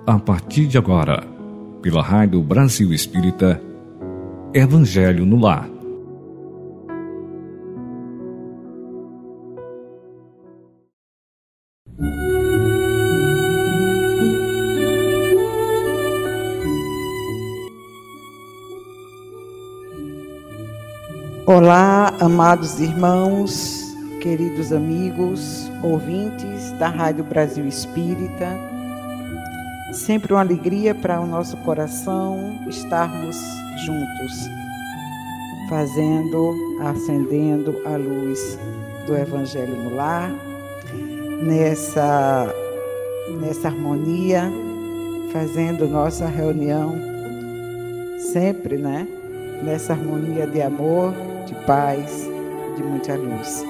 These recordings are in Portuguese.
A partir de agora, pela Rádio Brasil Espírita, Evangelho no Lar. Olá, amados irmãos, queridos amigos, ouvintes da Rádio Brasil Espírita. Sempre uma alegria para o nosso coração estarmos juntos, acendendo a luz do Evangelho no lar, nessa harmonia, fazendo nossa reunião sempre, nessa harmonia de amor, de paz, de muita luz.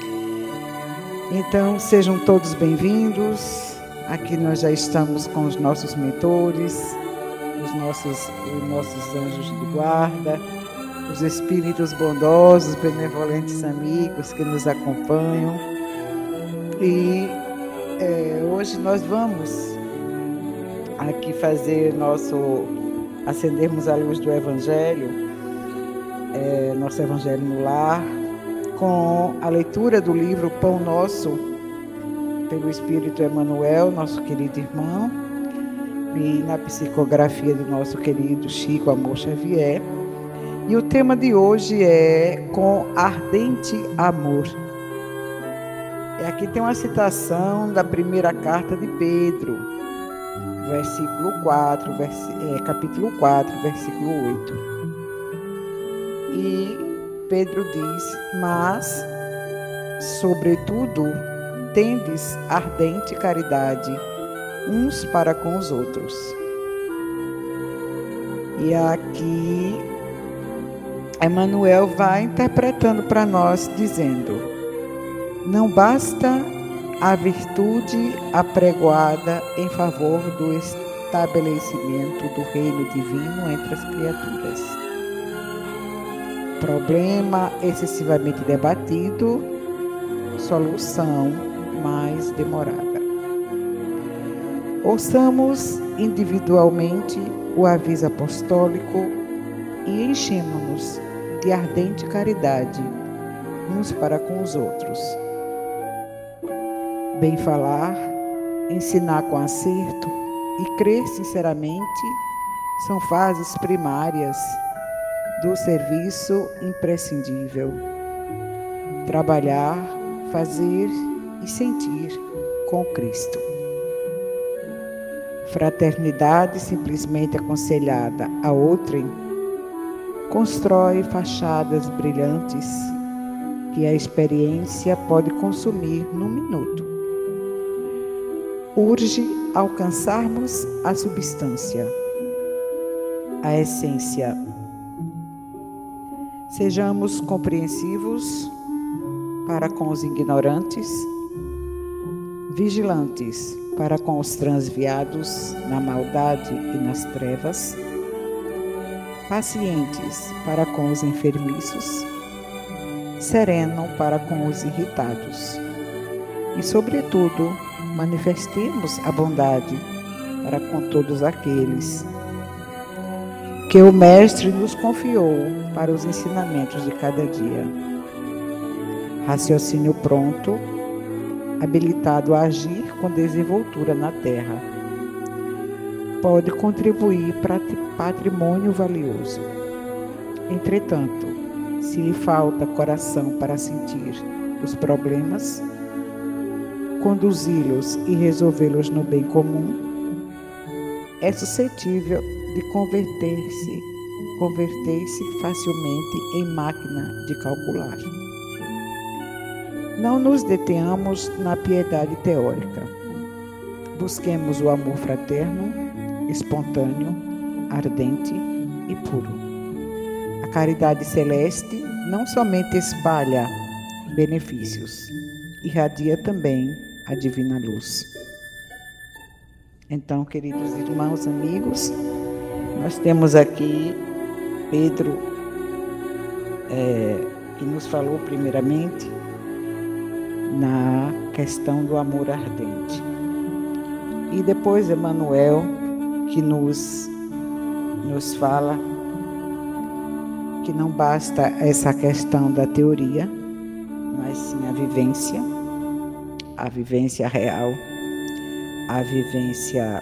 Então, sejam todos bem-vindos. Aqui nós já estamos com os nossos mentores, os nossos anjos de guarda, os espíritos bondosos, benevolentes amigos que nos acompanham. E hoje nós vamos aqui acendermos a luz do Evangelho, nosso Evangelho no Lar, com a leitura do livro Pão Nosso, pelo Espírito Emmanuel, nosso querido irmão, e na psicografia do nosso querido Chico Amor Xavier. E o tema de hoje é Com Ardente Amor. E aqui tem uma citação da primeira carta de Pedro, capítulo 4, versículo 8. E Pedro diz: mas, sobretudo, tendes ardente caridade uns para com os outros. E aqui Emmanuel vai interpretando para nós, dizendo: não basta a virtude apregoada em favor do estabelecimento do reino divino entre as criaturas. Problema excessivamente debatido, solução mais demorada. Ouçamos individualmente o aviso apostólico e enchemos-nos de ardente caridade uns para com os outros. Bem falar, ensinar com acerto e crer sinceramente são fases primárias do serviço imprescindível. Trabalhar, fazer e sentir com Cristo. Fraternidade simplesmente aconselhada a outrem constrói fachadas brilhantes que a experiência pode consumir num minuto. Urge alcançarmos a substância, a essência. Sejamos compreensivos para com os ignorantes, vigilantes para com os transviados na maldade e nas trevas, pacientes para com os enfermiços, sereno para com os irritados e, sobretudo, manifestemos a bondade para com todos aqueles que o Mestre nos confiou para os ensinamentos de cada dia. Raciocínio pronto, habilitado a agir com desenvoltura na terra, pode contribuir para patrimônio valioso. Entretanto, se lhe falta coração para sentir os problemas, conduzi-los e resolvê-los no bem comum, é suscetível de converter-se facilmente em máquina de calcular. Não nos detenhamos na piedade teórica. Busquemos o amor fraterno, espontâneo, ardente e puro. A caridade celeste não somente espalha benefícios, irradia também a divina luz. Então, queridos irmãos, amigos, nós temos aqui Pedro, que nos falou primeiramente na questão do amor ardente. E depois Emmanuel que nos fala que não basta essa questão da teoria, mas sim a vivência real, a vivência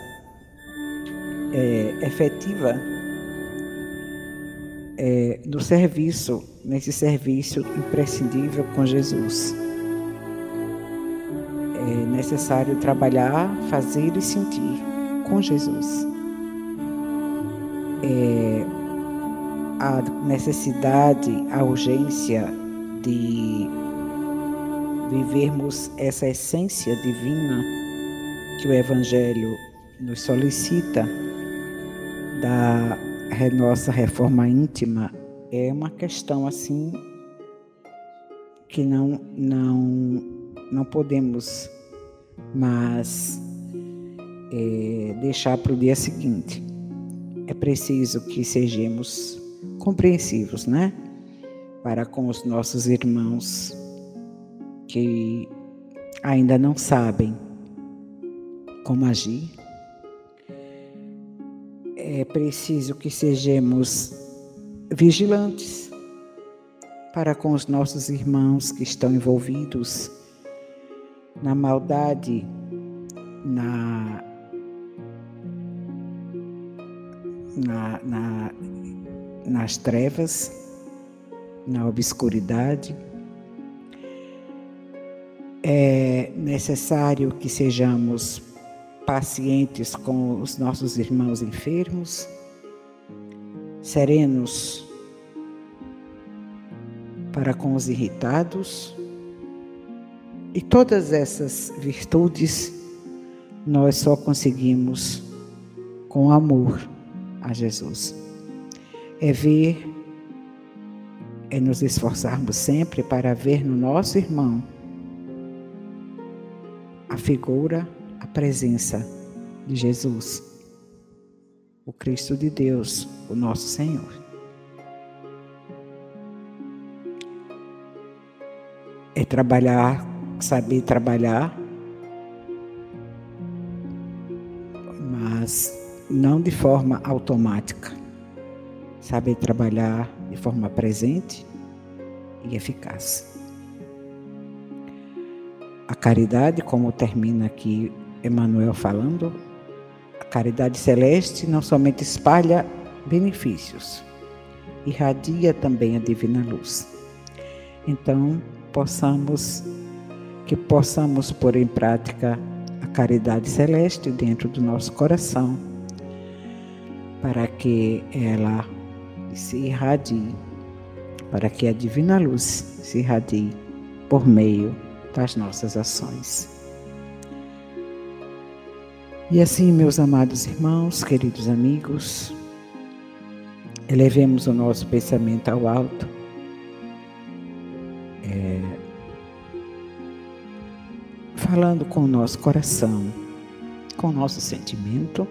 efetiva do serviço, nesse serviço imprescindível com Jesus. É necessário trabalhar, fazer e sentir com Jesus. A necessidade, a urgência de vivermos essa essência divina que o Evangelho nos solicita da nossa reforma íntima é uma questão assim que não podemos mais deixar para o dia seguinte. É preciso que sejamos compreensivos, né? Para com os nossos irmãos que ainda não sabem como agir. É preciso que sejamos vigilantes para com os nossos irmãos que estão envolvidos na maldade, nas trevas, na obscuridade. É necessário que sejamos pacientes com os nossos irmãos enfermos, serenos para com os irritados, e todas essas virtudes nós só conseguimos com amor a Jesus. É nos esforçarmos sempre para ver no nosso irmão a figura, a presença de Jesus, o Cristo de Deus, o nosso Senhor. É trabalhar, saber trabalhar, mas não de forma automática. Saber trabalhar de forma presente e eficaz. A caridade, como termina aqui Emmanuel falando, a caridade celeste não somente espalha benefícios, irradia também a divina luz. Então, que possamos pôr em prática a caridade celeste dentro do nosso coração, para que ela se irradie, para que a divina luz se irradie por meio das nossas ações. E assim, meus amados irmãos, queridos amigos, elevemos o nosso pensamento ao alto, falando com o nosso coração, com o nosso sentimento,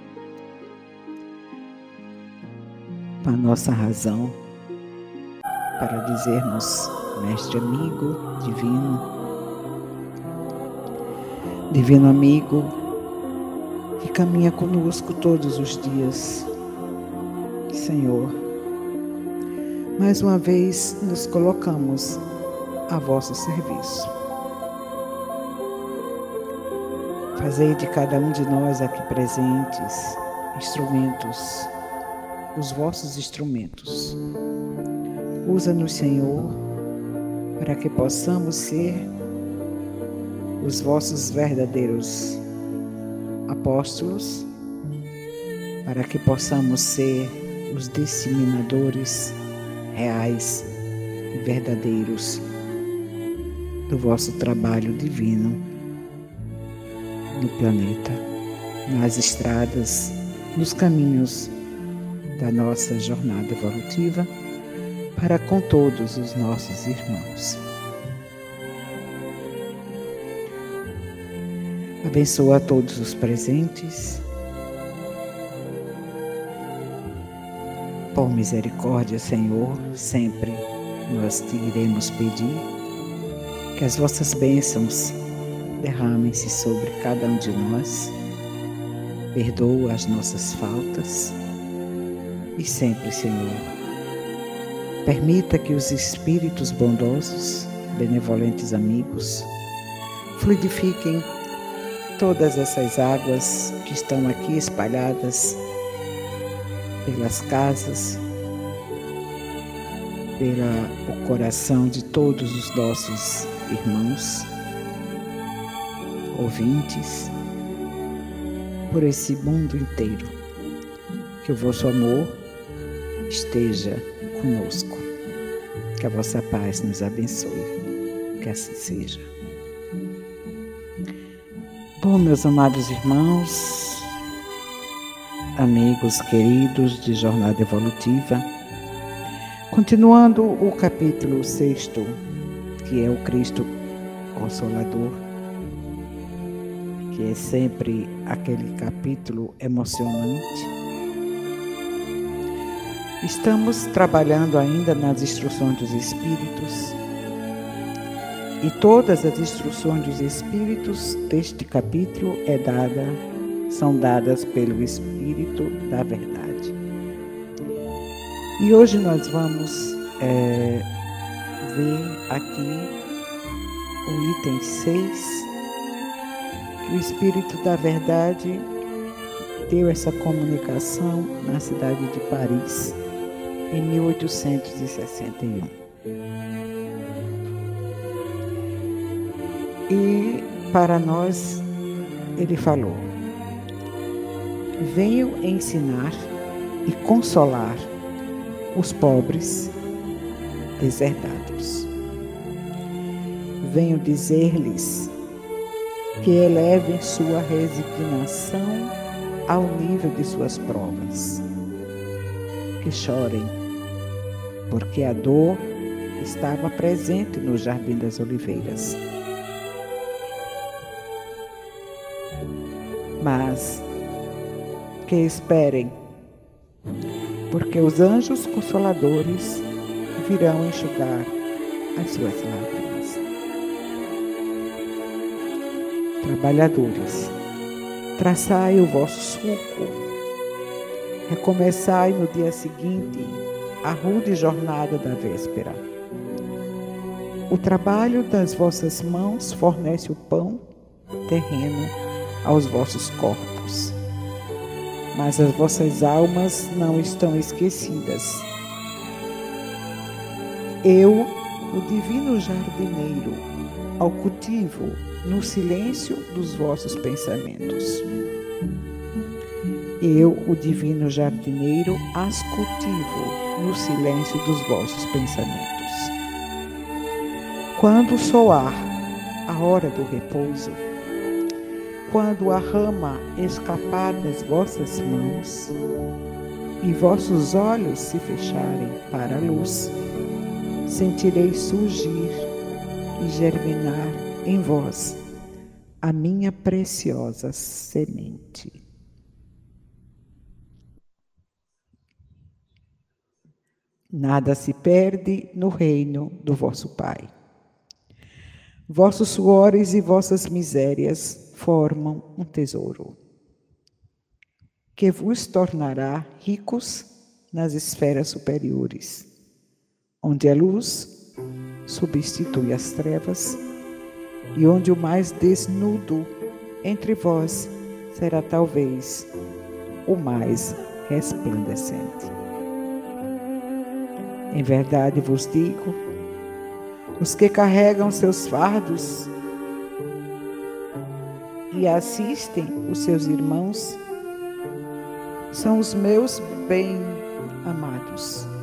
com a nossa razão, para dizermos: Mestre amigo, divino amigo, que caminha conosco todos os dias, Senhor, mais uma vez nos colocamos a vosso serviço. Fazei de cada um de nós aqui presentes instrumentos, os vossos instrumentos. Usa-nos, Senhor, para que possamos ser os vossos verdadeiros apóstolos, para que possamos ser os disseminadores reais e verdadeiros do vosso trabalho divino no planeta, nas estradas, nos caminhos da nossa jornada evolutiva para com todos os nossos irmãos. Abençoa a todos os presentes. Por misericórdia, Senhor, sempre nós te iremos pedir que as vossas bênçãos derramem-se sobre cada um de nós, perdoa as nossas faltas e sempre, Senhor, permita que os espíritos bondosos, benevolentes amigos, fluidifiquem todas essas águas que estão aqui espalhadas pelas casas, pelo coração de todos os nossos irmãos, ouvintes, por esse mundo inteiro. Que o vosso amor esteja conosco. Que a vossa paz nos abençoe. Que assim seja. Bom, meus amados irmãos, amigos queridos de Jornada Evolutiva, continuando o capítulo 6, que é o Cristo Consolador, que é sempre aquele capítulo emocionante. Estamos trabalhando ainda nas instruções dos Espíritos, e todas as instruções dos Espíritos deste capítulo são dadas pelo Espírito da Verdade. E hoje nós vamos ver aqui o item 6, que o Espírito da Verdade deu essa comunicação na cidade de Paris em 1861. E para nós ele falou: venho ensinar e consolar os pobres deserdados. Venho dizer-lhes que elevem sua resignação ao nível de suas provas, que chorem, porque a dor estava presente no Jardim das Oliveiras. Mas que esperem, porque os anjos consoladores virão enxugar as suas lágrimas. Trabalhadores, traçai o vosso sulco, recomeçai no dia seguinte a rude jornada da véspera. O trabalho das vossas mãos fornece o pão terreno aos vossos corpos, mas as vossas almas não estão esquecidas. Eu, o divino jardineiro, ao cultivo no silêncio dos vossos pensamentos. Eu, o divino jardineiro, as cultivo no silêncio dos vossos pensamentos. Quando soar a hora do repouso, quando a rama escapar das vossas mãos e vossos olhos se fecharem para a luz, sentireis surgir e germinar em vós a minha preciosa semente. Nada se perde no reino do vosso Pai. Vossos suores e vossas misérias formam um tesouro, que vos tornará ricos nas esferas superiores, onde a luz substitui as trevas e onde o mais desnudo entre vós será talvez o mais resplandecente. Em verdade vos digo, os que carregam seus fardos e assistem os seus irmãos são os meus bem-amados.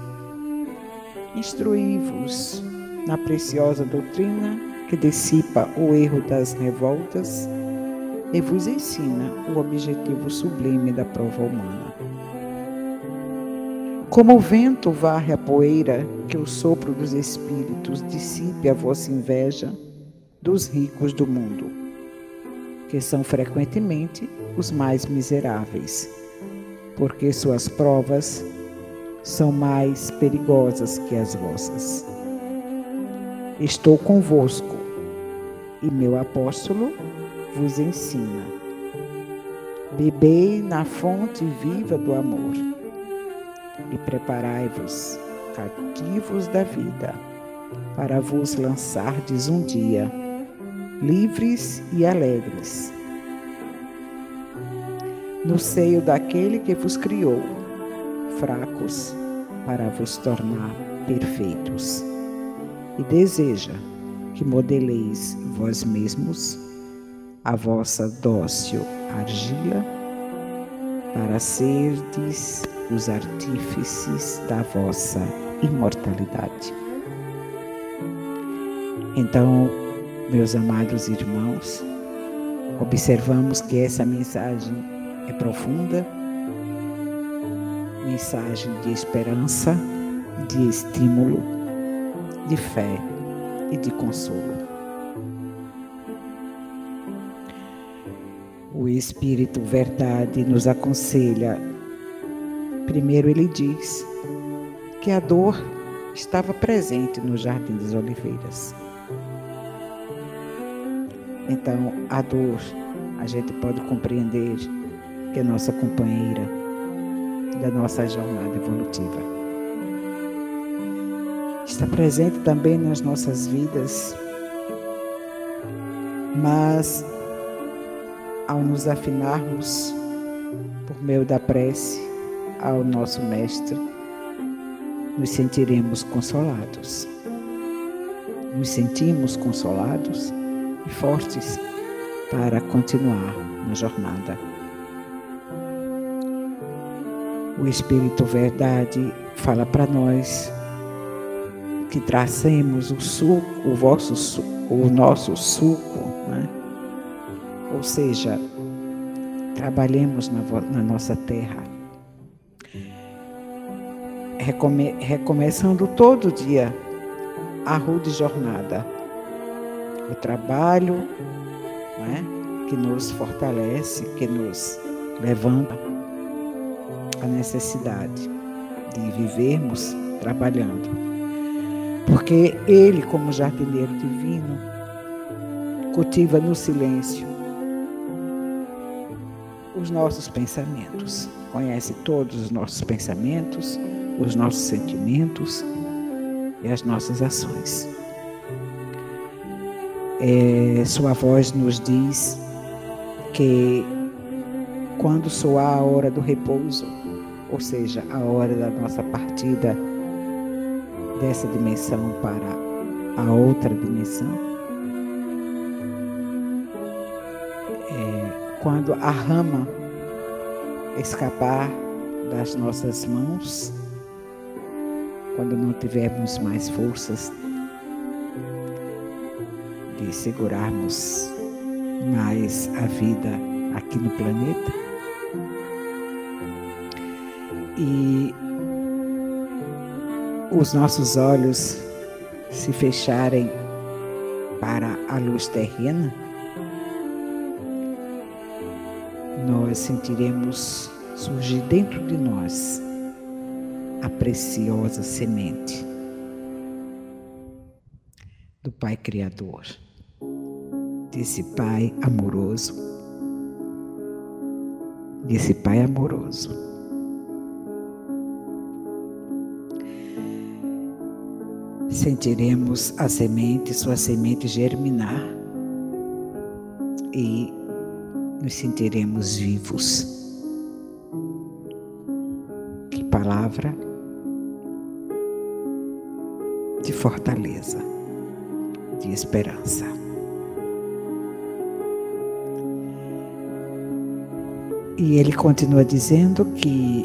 Instruí-vos na preciosa doutrina que dissipa o erro das revoltas e vos ensina o objetivo sublime da prova humana. Como o vento varre a poeira, que o sopro dos espíritos dissipe a vossa inveja dos ricos do mundo, que são frequentemente os mais miseráveis, porque suas provas são mais perigosas que as vossas. Estou convosco, e meu apóstolo vos ensina. Bebei na fonte viva do amor e preparai-vos, cativos da vida, para vos lançardes um dia, livres e alegres, no seio daquele que vos criou, fracos, para vos tornar perfeitos, e deseja que modeleis vós mesmos a vossa dócil argila, para serdes os artífices da vossa imortalidade. Então, meus amados irmãos, observamos que essa mensagem é profunda, mensagem de esperança, de estímulo, de fé e de consolo. O Espírito Verdade nos aconselha. Primeiro ele diz que a dor estava presente no Jardim das Oliveiras. Então, a dor, a gente pode compreender que é nossa companheira da nossa jornada evolutiva. Está presente também nas nossas vidas, mas ao nos afinarmos por meio da prece ao nosso Mestre, nos sentiremos consolados. Nos sentimos consolados e fortes para continuar na jornada. O Espírito Verdade fala para nós que tracemos o nosso suco, né? Ou seja, trabalhemos na nossa terra, recomeçando todo dia a rude jornada, o trabalho, né, que nos fortalece, que nos levanta a necessidade de vivermos trabalhando, porque Ele, como jardineiro divino, cultiva no silêncio os nossos pensamentos, conhece todos os nossos pensamentos, os nossos sentimentos e as nossas ações. Sua voz nos diz que quando soar a hora do repouso, ou seja, a hora da nossa partida dessa dimensão para a outra dimensão, quando a rama escapar das nossas mãos, quando não tivermos mais forças de segurarmos mais a vida aqui no planeta, e os nossos olhos se fecharem para a luz terrena, nós sentiremos surgir dentro de nós a preciosa semente do Pai Criador, desse Pai amoroso, Sentiremos a semente, sua semente germinar e nos sentiremos vivos. Que palavra de fortaleza, de esperança. E ele continua dizendo que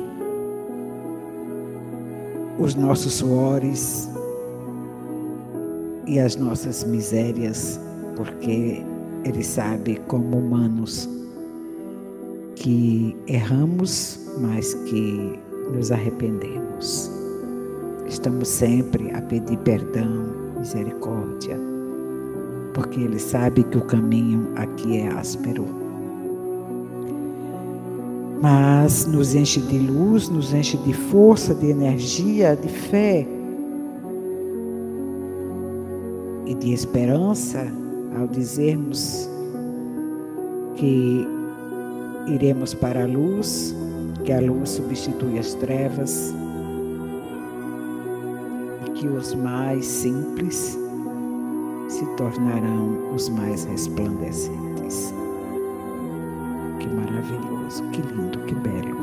os nossos suores e as nossas misérias, porque ele sabe, como humanos, que erramos, mas que nos arrependemos. Estamos sempre a pedir perdão, misericórdia, porque ele sabe que o caminho aqui é áspero. Mas nos enche de luz, nos enche de força, de energia, de fé e de esperança ao dizermos que iremos para a luz, que a luz substitui as trevas, e que os mais simples se tornarão os mais resplandecentes. Que maravilhoso, que lindo, que belo.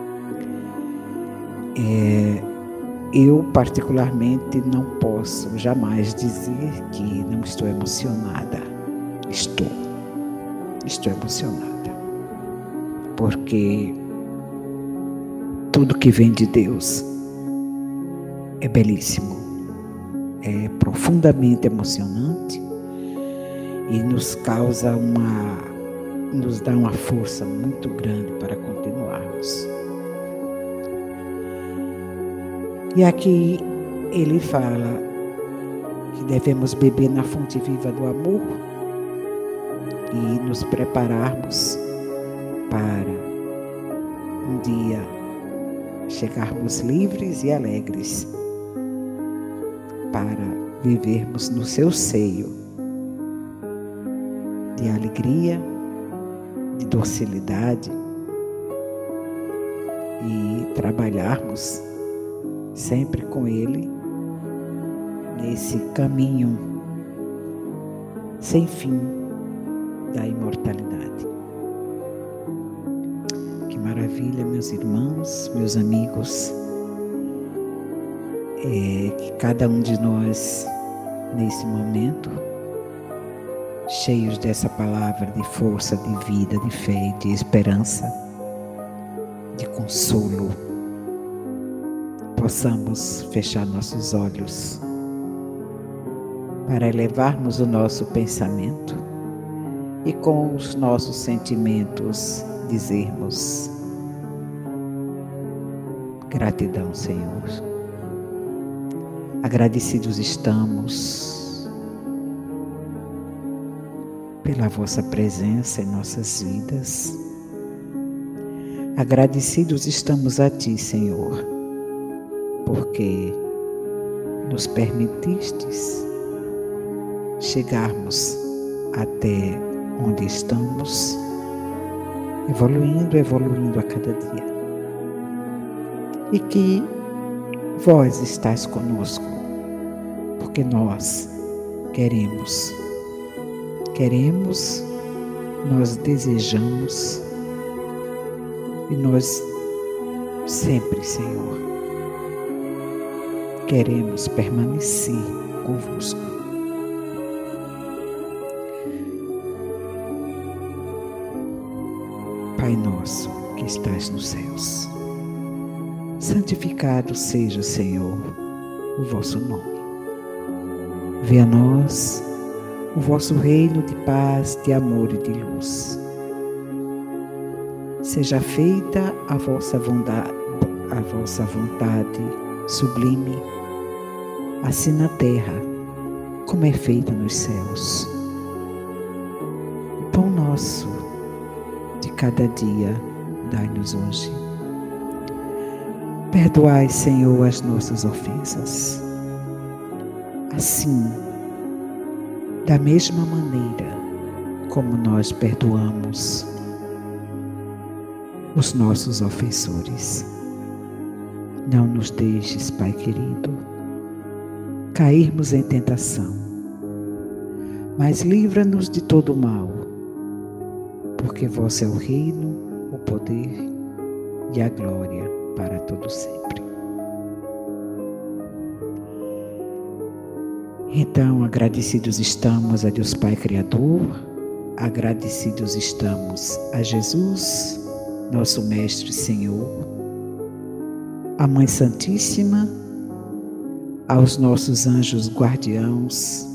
Eu particularmente não posso jamais dizer que não estou emocionada. Estou emocionada, porque tudo que vem de Deus é belíssimo, é profundamente emocionante e nos dá uma força muito grande para continuarmos. E aqui ele fala que devemos beber na fonte viva do amor e nos prepararmos para um dia chegarmos livres e alegres para vivermos no seu seio de alegria, de docilidade e trabalharmos sempre com Ele nesse caminho sem fim da imortalidade. Que maravilha, meus irmãos, meus amigos, que cada um de nós, nesse momento, cheios dessa palavra de força, de vida, de fé, de esperança, de consolo, possamos fechar nossos olhos para elevarmos o nosso pensamento e com os nossos sentimentos dizermos: gratidão, Senhor. Agradecidos estamos pela vossa presença em nossas vidas. Agradecidos estamos a Ti, Senhor, porque nos permitistes chegarmos até onde estamos, evoluindo a cada dia. E que vós estáis conosco, porque nós queremos, nós desejamos e nós sempre, Senhor, queremos permanecer convosco. Pai nosso que estás nos céus, santificado seja, Senhor, o vosso nome. Venha a nós o vosso reino de paz, de amor e de luz. Seja feita a vossa vontade sublime, assim na terra como é feita nos céus. O pão nosso de cada dia dai-nos hoje. Perdoai, Senhor, as nossas ofensas, assim, da mesma maneira como nós perdoamos os nossos ofensores. Não nos deixes, Pai querido, cairmos em tentação, mas livra-nos de todo o mal, porque vosso é o reino, o poder e a glória para todo sempre. Então, agradecidos estamos a Deus Pai Criador, agradecidos estamos a Jesus, nosso Mestre e Senhor, a Mãe Santíssima, aos nossos anjos guardiãos,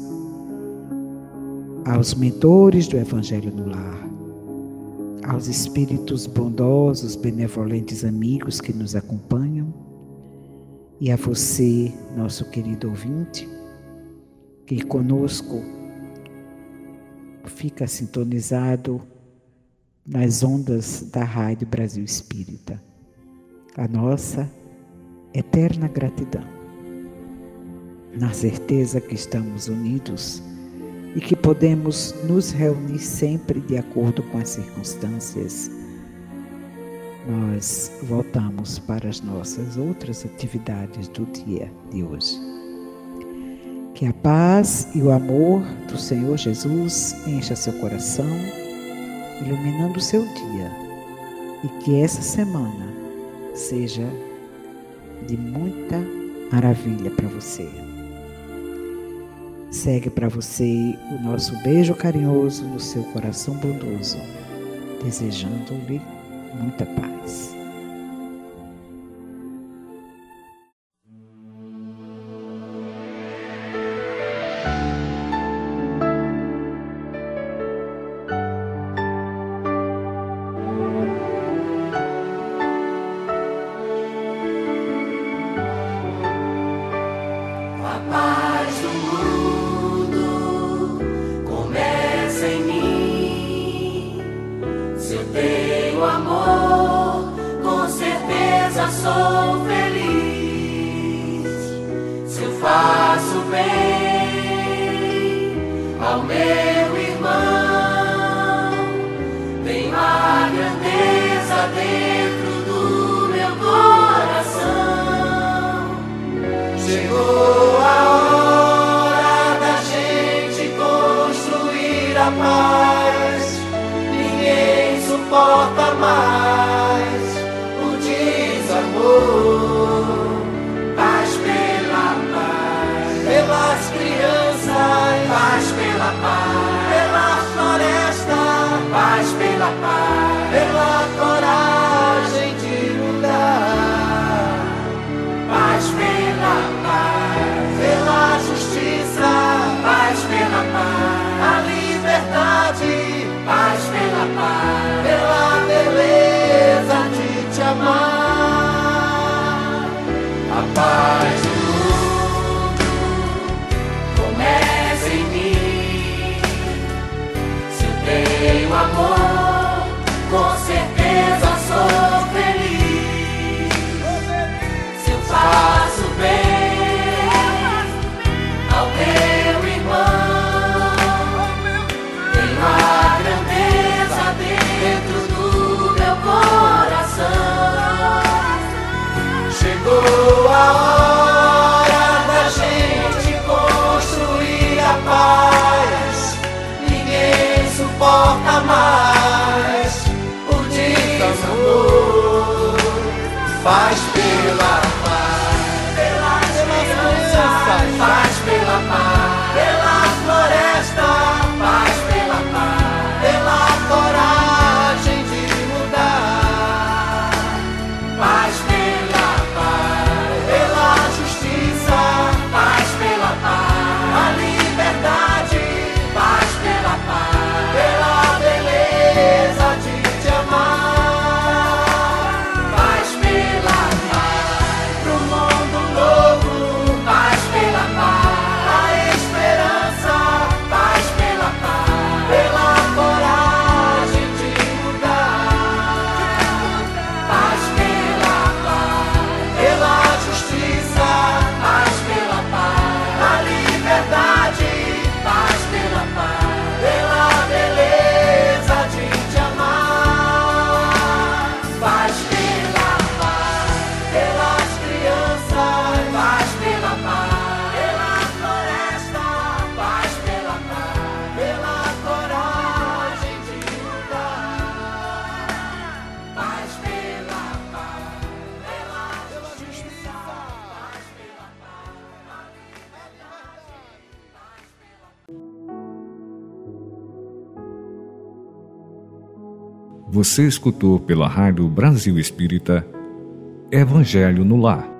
aos mentores do Evangelho no Lar, aos espíritos bondosos, benevolentes amigos que nos acompanham, e a você, nosso querido ouvinte, que conosco fica sintonizado nas ondas da Rádio Brasil Espírita. A nossa eterna gratidão, na certeza que estamos unidos e que podemos nos reunir sempre de acordo com as circunstâncias nós voltamos para as nossas outras atividades do dia de hoje. Que a paz e o amor do Senhor Jesus encha seu coração, iluminando o seu dia, e que essa semana seja de muita maravilha para você. Segue para você o nosso beijo carinhoso no seu coração bondoso, desejando-lhe muita paz. Sou feliz se eu faço bem ao meu irmão. Tenho a grandeza dentro do meu coração. Chegou a hora da gente construir a paz. Ninguém suporta mais paz pela paz, pelas crianças, paz pela paz, pela floresta, paz pela paz, pela coragem de lutar, paz pela paz, pela justiça, paz pela paz, a liberdade, paz pela paz, pela beleza de te amar. A paz do mundo começa em mim. Se eu tenho amor, com certeza sou feliz. Se eu faço bem ao meu irmão, tenho a grandeza dentro do meu coração. Chegou a hora da gente construir a paz. Ninguém suporta mais o desamor. Faz pela paz, pelas crianças, faz pela paz, pela floresta, faz pela paz, pela coragem de mudar, faz pela justiça, paz pela paz, a liberdade, paz pela paz, pela beleza de te amar, paz pela paz, pro mundo novo, paz pela paz, a esperança, paz pela paz, pela coragem de mudar, paz pela paz, pela justiça, paz pela paz, a liberdade, paz pela paz, pela beleza de te amar, paz pela paz, pelas crianças, paz pela paz, pela floresta, paz pela paz, pela coragem de mudar, paz pela paz, pela justiça, paz pela paz, a liberdade, paz pela Você escutou pela Rádio Brasil Espírita Evangelho no Lar.